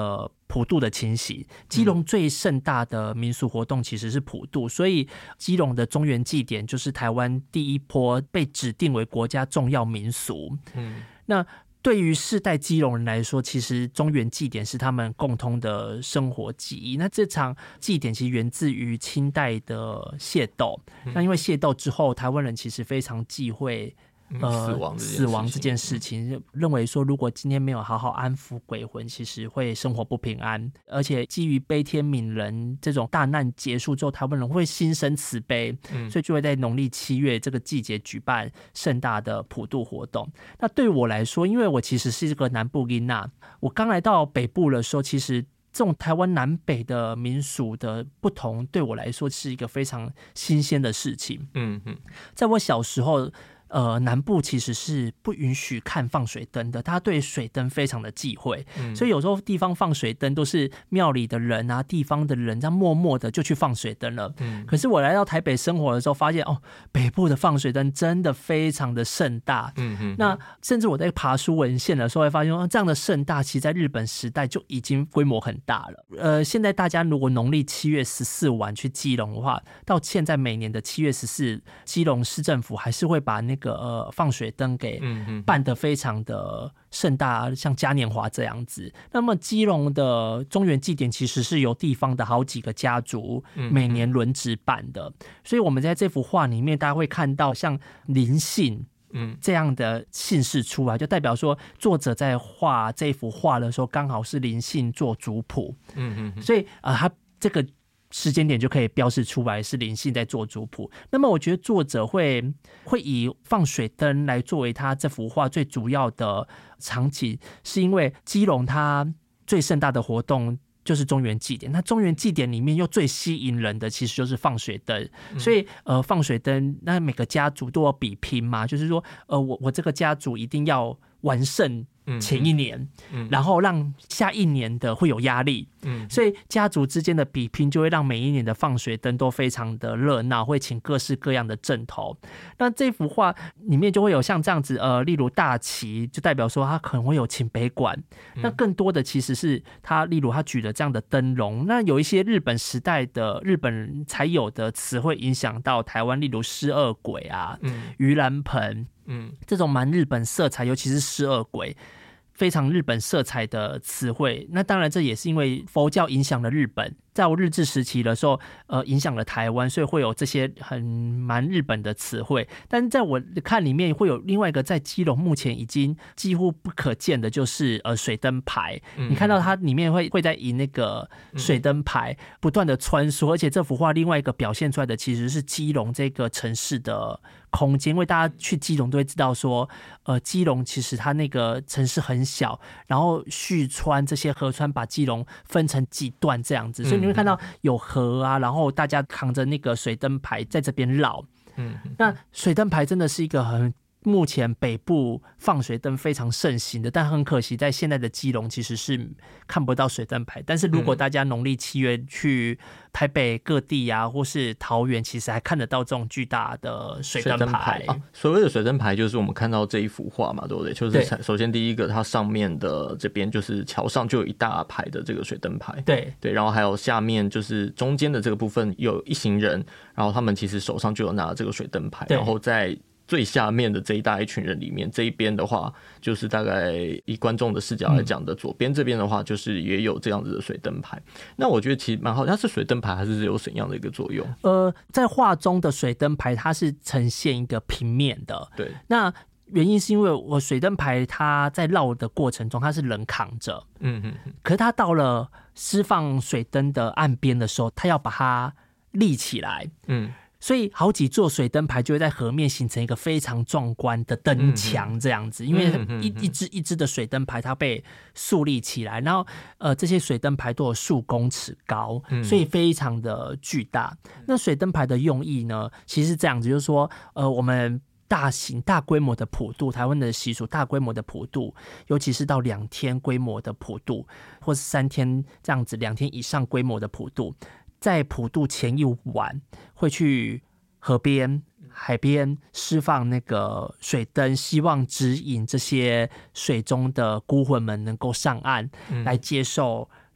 普渡的情形。基隆最盛大的民俗活动其实是普渡，所以基隆的中元祭典就是台湾第一波被指定为国家重要民俗。那对于世代基隆人来说，其实中元祭典是他们共通的生活记忆。那这场祭典其实源自于清代的械斗，那因为械斗之后，台湾人其实非常忌讳死亡这件事情，认为说如果今天没有好好安抚鬼魂，其实会生活不平安。而且基于悲天悯人，这种大难结束之后，台湾人会心生慈悲，所以就会在农历7月这个季节举办盛大的普渡活动。那对我来说，因为我其实是一个南部囡仔，我刚来到北部的时候，其实这种台湾南北的民俗的不同，对我来说是一个非常新鲜的事情。在我小时候，南部其实是不允许看放水灯的，他对水灯非常的忌讳，所以有时候地方放水灯都是庙里的人啊、地方的人这样默默的就去放水灯了。可是我来到台北生活的时候，发现北部的放水灯真的非常的盛大。那甚至我在爬书文献的时候，会发现这样的盛大，其实在日本时代就已经规模很大了。现在大家如果农历7月14晚去基隆的话，到现在每年的7月14，基隆市政府还是会把那个放水灯给办得非常的盛大，像嘉年华这样子。那么基隆的中元祭典其实是由地方的好几个家族每年轮值办的，所以我们在这幅画里面大家会看到像林姓这样的姓氏出来，就代表说作者在画这幅画的时候刚好是林姓做族谱。所以他这个时间点就可以标示出来是林姓在做族谱。那么我觉得作者会以放水灯来作为他这幅画最主要的场景，是因为基隆它最盛大的活动就是中元祭典，那中元祭典里面又最吸引人的其实就是放水灯。所以放水灯，那每个家族都有比拼嘛，就是说我这个家族一定要完胜前一年，然后让下一年的会有压力。所以家族之间的比拼就会让每一年的放水灯都非常的热闹，会请各式各样的阵头。那这幅画里面就会有像这样子例如大旗就代表说它可能会有请北管，那更多的其实是他例如他举了这样的灯笼，那有一些日本时代的日本人才有的词汇影响到台湾，例如狮二鬼啊、盂兰盆，这种蛮日本色彩，尤其是狮二鬼非常日本色彩的词汇。那当然这也是因为佛教影响了日本，在我日治时期的时候影响了台湾，所以会有这些蛮日本的词汇。但是在我看里面会有另外一个在基隆目前已经几乎不可见的，就是水灯牌。你看到它里面会在以那个水灯牌不断的穿梭，而且这幅画另外一个表现出来的其实是基隆这个城市的空间。因为大家去基隆都会知道说基隆其实它那个城市很小，然后续川这些河川把基隆分成几段这样子，所以你会看到有河啊，然后大家扛着那个水灯牌在这边绕。那水灯牌真的是一个目前北部放水灯非常盛行的，但很可惜在现在的基隆其实是看不到水灯牌。但是如果大家农历7月去台北各地啊，或是桃园，其实还看得到这种巨大的水灯牌。 所谓的水灯牌就是我们看到这一幅画嘛，对不对？就是首先第一个，它上面的这边就是桥上就有一大排的这个水灯牌，对，然后还有下面就是中间的这个部分有一行人，然后他们其实手上就有拿这个水灯牌，然后在最下面的这一大一群人里面，这一边的话就是大概以观众的视角来讲的左边这边的话就是也有这样子的水灯牌。那我觉得其实蛮好，它是水灯牌还是有怎样的一个作用？ 在画中的水灯牌它是呈现一个平面的， 对， 那原因是因为我水灯牌它在绕的过程中它是人扛着，可是它到了释放水灯的岸边的时候，它要把它立起来，所以好几座水灯牌就会在河面形成一个非常壮观的灯墙这样子，因为一支一支的水灯牌它被竖立起来，然后这些水灯牌都有数公尺高，所以非常的巨大。那水灯牌的用意呢，其实是这样子，就是说我们大规模的普渡，台湾的习俗大规模的普渡，尤其是到2天规模的普渡，或是3天这样子2天以上规模的普渡，在普渡前一晚会去河边海边释放那个水灯，希望指引这些水中的孤魂们能够上岸，来接受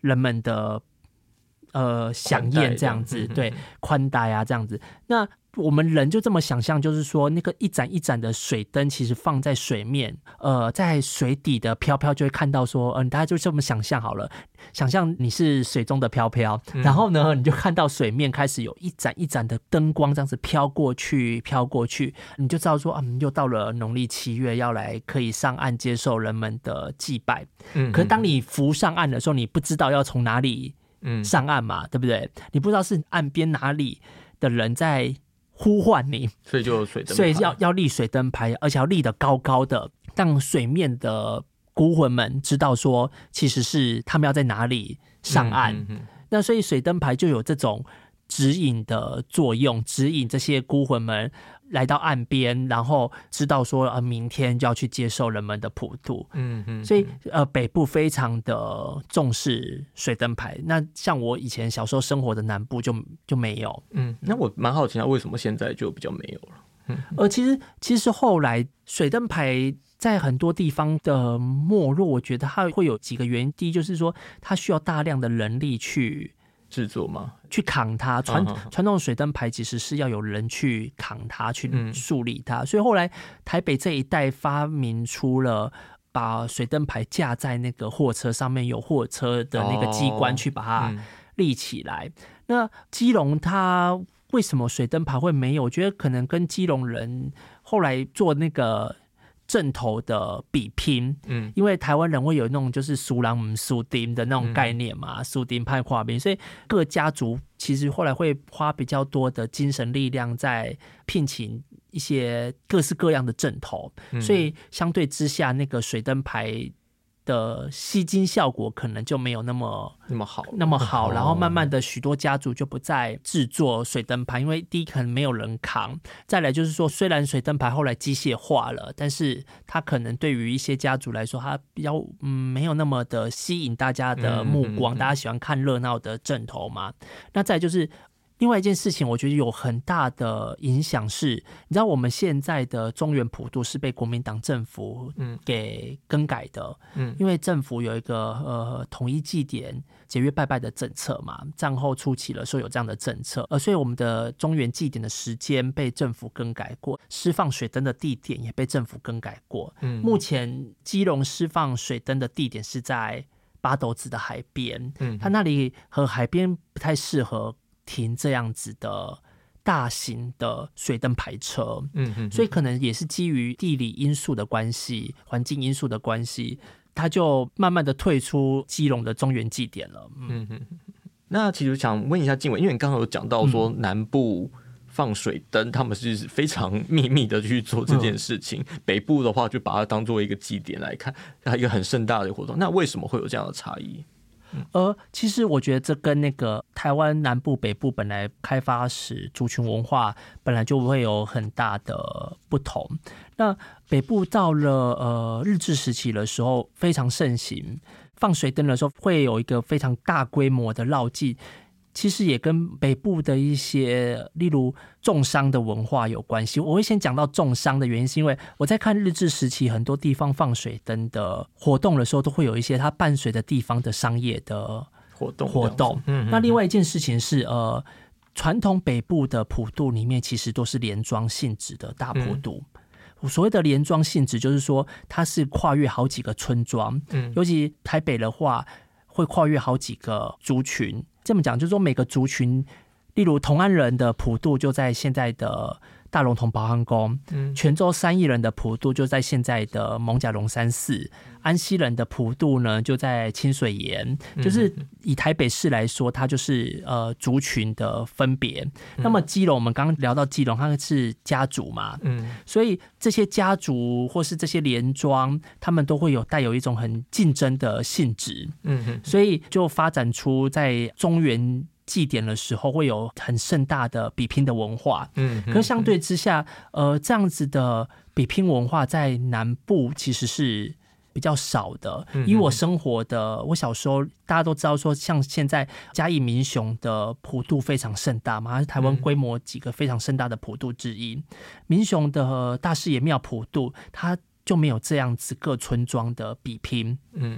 人们的飨宴这样子，对，宽待啊这样子。那我们人就这么想象，就是说那个一盏一盏的水灯，其实放在水面，在水底的飘飘就会看到说，大家就这么想象好了，想象你是水中的飘飘，然后呢，你就看到水面开始有一盏一盏的灯光这样子飘过去，飘过去，你就知道说，又到了农历7月，要来可以上岸接受人们的祭拜。可是当你浮上岸的时候，你不知道要从哪里上岸嘛，对不对？你不知道是岸边哪里的人在呼唤你， 所以就有水灯牌， 所以要立水灯牌，而且要立得高高的，让水面的孤魂们知道说，其实是他们要在哪里上岸。那所以水灯牌就有这种指引的作用，指引这些孤魂们来到岸边，然后知道说明天就要去接受人们的普渡。所以北部非常的重视水灯牌。那像我以前小时候生活的南部就没有。 那我蛮好奇为什么现在就比较没有了？ 其实后来水灯牌在很多地方的没落，我觉得它会有几个原因。第一就是说，它需要大量的人力去制作吗？ 去扛它。传统水灯牌其实是要有人去扛它，去树立它。所以后来台北这一带发明出了把水灯牌架在那个货车上面，有货车的那个机关去把它立起来。那基隆它为什么水灯牌会没有？我觉得可能跟基隆人后来做那个阵头的比拼，因为台湾人会有那种就是输人不输丁的那种概念嘛，输丁派跨兵，所以各家族其实后来会花比较多的精神力量在聘请一些各式各样的阵头，所以相对之下，那个水灯牌的吸金效果可能就没有那么好，然后慢慢的许多家族就不再制作水灯牌，因为第一可能没有人扛，再来就是说虽然水灯牌后来机械化了，但是它可能对于一些家族来说，它比较没有那么的吸引大家的目光，大家喜欢看热闹的阵头嘛。那再来就是另外一件事情，我觉得有很大的影响是，你知道我们现在的中原普渡是被国民党政府给更改的，因为政府有一个统一祭典、节约拜拜的政策嘛，战后初期的时候有这样的政策，所以我们的中原祭典的时间被政府更改过，释放水灯的地点也被政府更改过。目前基隆释放水灯的地点是在八斗子的海边，它那里和海边不太适合停这样子的大型的水灯牌车，所以可能也是基于地理因素的关系、环境因素的关系，它就慢慢的退出基隆的中原祭典了。 那其实想问一下静伟，因为你刚刚有讲到说南部放水灯，他们是非常秘密的去做这件事情，北部的话就把它当做一个祭典来看，一个很盛大的活动。那为什么会有这样的差异？ 其实我觉得这跟那个台湾南部北部本来开发时族群文化本来就会有很大的不同。那北部到了日治时期的时候非常盛行，放水灯的时候会有一个非常大规模的绕祭，其实也跟北部的一些例如重商的文化有关系。我会先讲到重商的原因，是因为我在看日治时期很多地方放水灯的活动的时候，都会有一些它伴随的地方的商业的活动。那另外一件事情是传统北部的普渡里面其实都是连庄性质的大普渡。所谓的连庄性质就是说它是跨越好几个村庄，尤其台北的话会跨越好几个族群。这么讲就是说每个族群，例如同安人的普渡就在现在的大龙峒保安宫，泉州三义人的普渡就在现在的艋舺龙山寺，安溪人的普渡呢就在清水岩。就是以台北市来说，它就是族群的分别。那么基隆，我们刚刚聊到基隆，它是家族嘛，所以这些家族或是这些连庄，他们都会带有一种很竞争的性质，所以就发展出在中原祭典的时候会有很盛大的比拼的文化。可是相对之下，这样子的比拼文化在南部其实是比较少的。以我生活的，我小时候大家都知道说，像现在嘉义民雄的普渡非常盛大嘛，它是台湾规模几个非常盛大的普渡之一。民雄的大士爷庙普渡，它就没有这样子各村庄的比拼。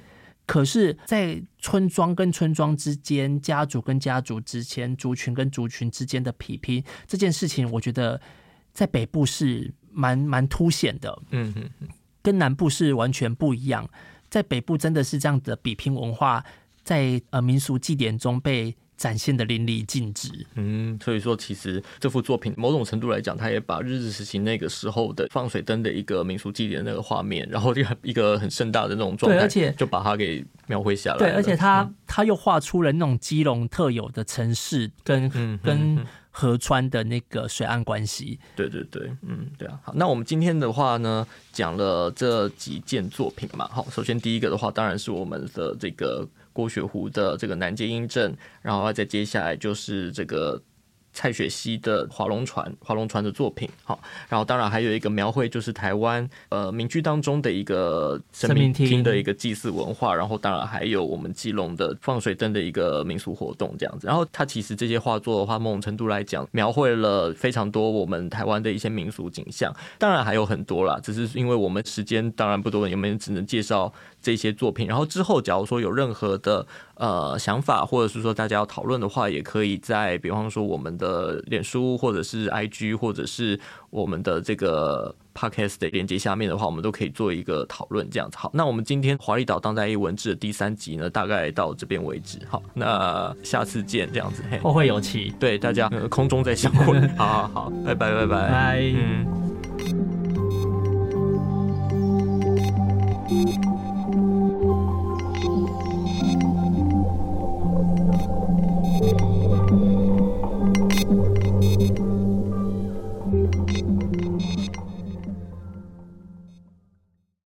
可是在村庄跟村庄之间，家族跟家族之间，族群跟族群之间的比拼这件事情，我觉得在北部是蛮凸显的，跟南部是完全不一样。在北部真的是这样的比拼文化，在民俗祭典中被展现的淋漓尽致。 所以说其实这幅作品某种程度来讲，它也把日治时期那个时候的放水灯的一个民俗祭典的那个画面，然后一个很盛大的那种状态，而且就把它给描绘下来了。 对，而且他又画出了那种基隆特有的城市跟河川的那个水岸关系。 对对对，对啊。好，那我们今天的话呢，讲了这几件作品嘛。好，首先第一个的话，当然是我们的这个郭雪湖的这个南街英镇，然后再接下来就是这个蔡雪溪的划龙船的作品。好，然后当然还有一个描绘就是台湾民居当中的一个神明厅的一个祭祀文化，然后当然还有我们基隆的放水灯的一个民俗活动这样子。然后它其实这些画作的话，某种程度来讲描绘了非常多我们台湾的一些民俗景象，当然还有很多啦，只是因为我们时间当然不多，我们只能介绍这些作品。然后之后假如说有任何的想法，或者是说大家要讨论的话，也可以在比方说我们的脸书或者是 IG 或者是我们的这个 Podcast 的连结下面的话，我们都可以做一个讨论这样子。好，那我们今天华丽岛当代艺文志的第3集呢，大概到这边为止。好，那下次见这样子。 后会有期。 对，大家空中再相会。好，拜拜。